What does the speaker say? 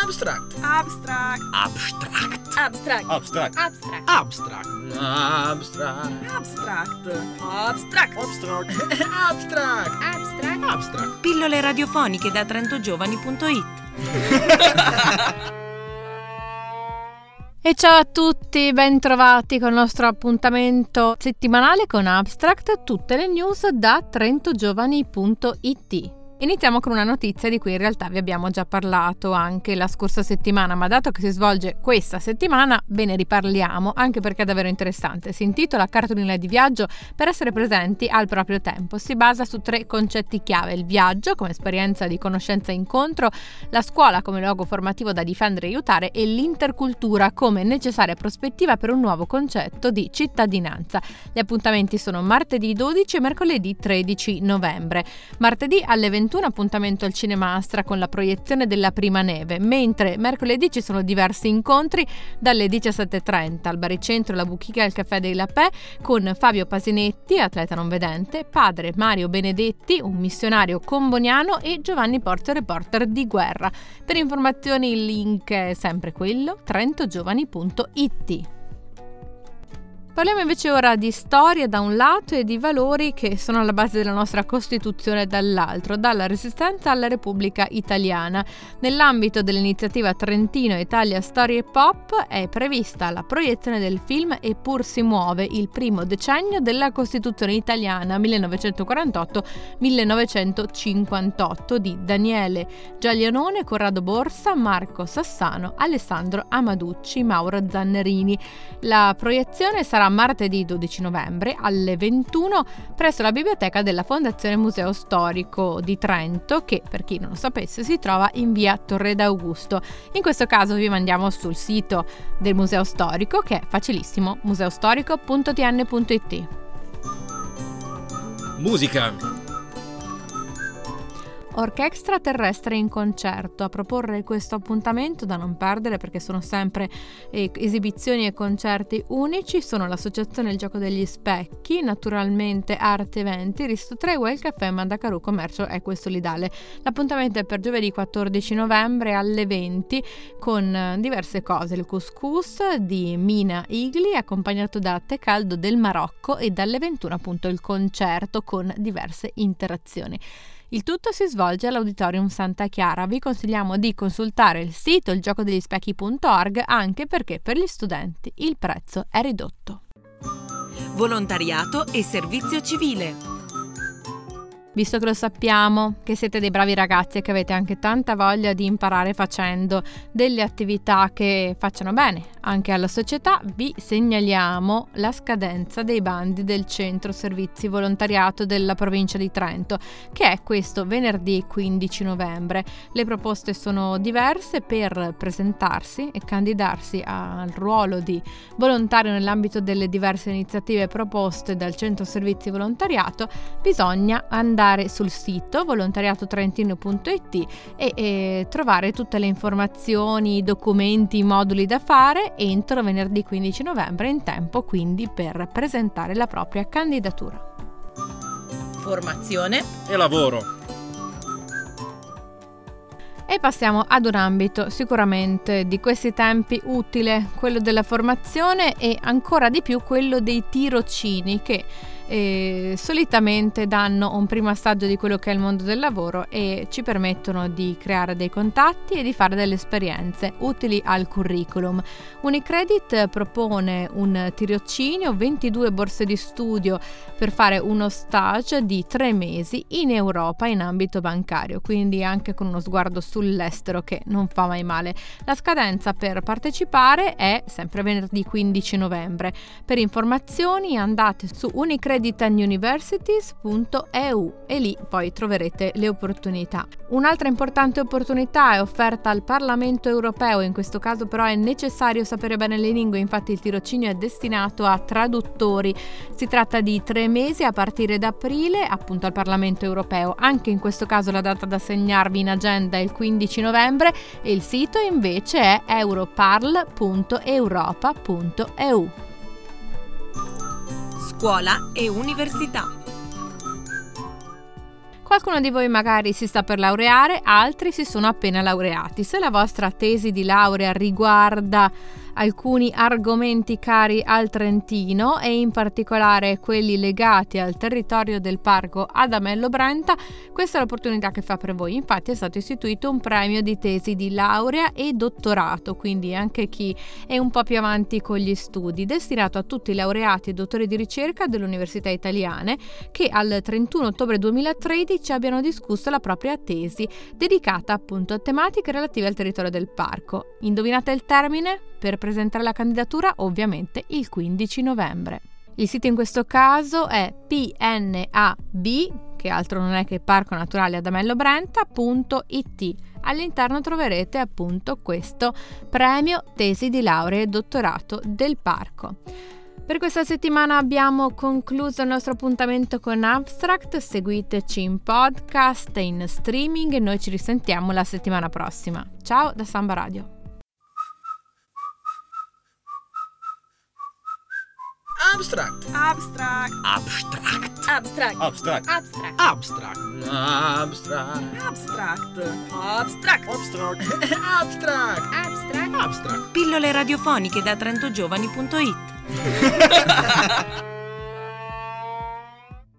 Abstract. Abstract. Abstract. Abstract. Abstract. Abstract. Abstract. Abstract. Abstract. Abstract. Abstract. Abstract. Abstract. Abstract. Pillole radiofoniche da trentogiovani.it. E ciao a tutti, ben trovati con il nostro appuntamento settimanale con Abstract, tutte le news da trentogiovani.it. Iniziamo con una notizia di cui in realtà vi abbiamo già parlato anche la scorsa settimana, ma dato che si svolge questa settimana, ve ne riparliamo, anche perché è davvero interessante. Si intitola Cartoline di viaggio per essere presenti al proprio tempo. Si basa su 3 concetti chiave: il viaggio come esperienza di conoscenza e incontro, la scuola come luogo formativo da difendere e aiutare e l'intercultura come necessaria prospettiva per un nuovo concetto di cittadinanza. Gli appuntamenti sono martedì 12 e mercoledì 13 novembre. Martedì alle 21 appuntamento al Cinema Astra con la proiezione della prima neve, mentre mercoledì ci sono diversi incontri dalle 17:30 al baricentro La Buchica al Caffè dei Lapè con Fabio Pasinetti, atleta non vedente, padre Mario Benedetti, un missionario comboniano, e Giovanni Porzio, reporter di guerra. Per informazioni il link è sempre quello, trentogiovani.it. Parliamo invece ora di storia da un lato e di valori che sono alla base della nostra Costituzione dall'altro, dalla Resistenza alla Repubblica Italiana. Nell'ambito dell'iniziativa Trentino Italia Storie Pop è prevista la proiezione del film Eppur si muove, il primo decennio della Costituzione italiana 1948-1958 di Daniele Giaglianone, Corrado Borsa, Marco Sassano, Alessandro Amaducci, Mauro Zannerini. La proiezione sarà martedì 12 novembre alle 21 presso la biblioteca della Fondazione Museo Storico di Trento, che, per chi non lo sapesse, si trova in via Torre d'Augusto. In questo caso vi mandiamo sul sito del Museo Storico, che è facilissimo, museostorico.tn.it. Musica. Orchestra Terrestre in concerto. A proporre questo appuntamento da non perdere, perché sono sempre esibizioni e concerti unici, sono l'Associazione Il Gioco degli Specchi, naturalmente Arte Eventi, Risto Tregua e il Caffè Mandacaru Commercio Equo e Solidale. L'appuntamento è per giovedì 14 novembre alle 20 con diverse cose: il couscous di Mina Igli accompagnato da tè caldo del Marocco, e dalle 21 appunto il concerto con diverse interazioni. Il tutto si svolge all'Auditorium Santa Chiara. Vi consigliamo di consultare il sito ilgiocodeglispecchi.org, anche perché per gli studenti il prezzo è ridotto. Volontariato e servizio civile. Visto che lo sappiamo, che siete dei bravi ragazzi e che avete anche tanta voglia di imparare facendo delle attività che facciano bene anche alla società, vi segnaliamo la scadenza dei bandi del Centro Servizi Volontariato della provincia di Trento, che è questo venerdì 15 novembre. Le proposte sono diverse. Per presentarsi e candidarsi al ruolo di volontario nell'ambito delle diverse iniziative proposte dal Centro Servizi Volontariato, bisogna andare sul sito volontariatotrentino.it e trovare tutte le informazioni, i documenti, i moduli da fare entro venerdì 15 novembre, in tempo quindi per presentare la propria candidatura. Formazione E lavoro. E passiamo ad un ambito sicuramente di questi tempi utile, quello della formazione, e ancora di più quello dei tirocini, che solitamente danno un primo assaggio di quello che è il mondo del lavoro e ci permettono di creare dei contatti e di fare delle esperienze utili al curriculum. Unicredit propone un tirocinio, 22 borse di studio per fare uno stage di 3 mesi in Europa in ambito bancario, quindi anche con uno sguardo sull'estero, che non fa mai male. La scadenza per partecipare è sempre venerdì 15 novembre. Per informazioni andate su unicreditanuniversities.eu e lì poi troverete le opportunità. Un'altra importante opportunità è offerta al Parlamento europeo, in questo caso però è necessario sapere bene le lingue, infatti il tirocinio è destinato a traduttori. Si tratta di 3 mesi a partire da aprile, appunto al Parlamento europeo. Anche in questo caso la data da segnarvi in agenda è il 15 novembre e il sito invece è europarl.europa.eu. Scuola e università. Qualcuno di voi magari si sta per laureare, altri si sono appena laureati. Se la vostra tesi di laurea riguarda alcuni argomenti cari al Trentino e in particolare quelli legati al territorio del parco Adamello Brenta, questa è l'opportunità che fa per voi. Infatti è stato istituito un premio di tesi di laurea e dottorato, quindi anche chi è un po' più avanti con gli studi, destinato a tutti i laureati e dottori di ricerca delle università italiane che al 31 ottobre 2013 abbiano discusso la propria tesi dedicata appunto a tematiche relative al territorio del parco. Indovinate il termine? Per presentare la candidatura ovviamente il 15 novembre. Il sito in questo caso è pnab, che altro non è che Parco Naturale Adamello Brenta.it. All'interno troverete appunto questo premio tesi di laurea e dottorato del parco. Per questa settimana abbiamo concluso il nostro appuntamento con Abstract. Seguiteci in podcast e in streaming e noi ci risentiamo la settimana prossima. Ciao da Samba Radio. Abstract. Abstract. Abstract. Abstract. Abstract. Abstract. Abstract. Abstract. Abstract. Abstract. Abstract. Abstract. Abstract. Abstract. Pillole radiofoniche da trentogiovani.it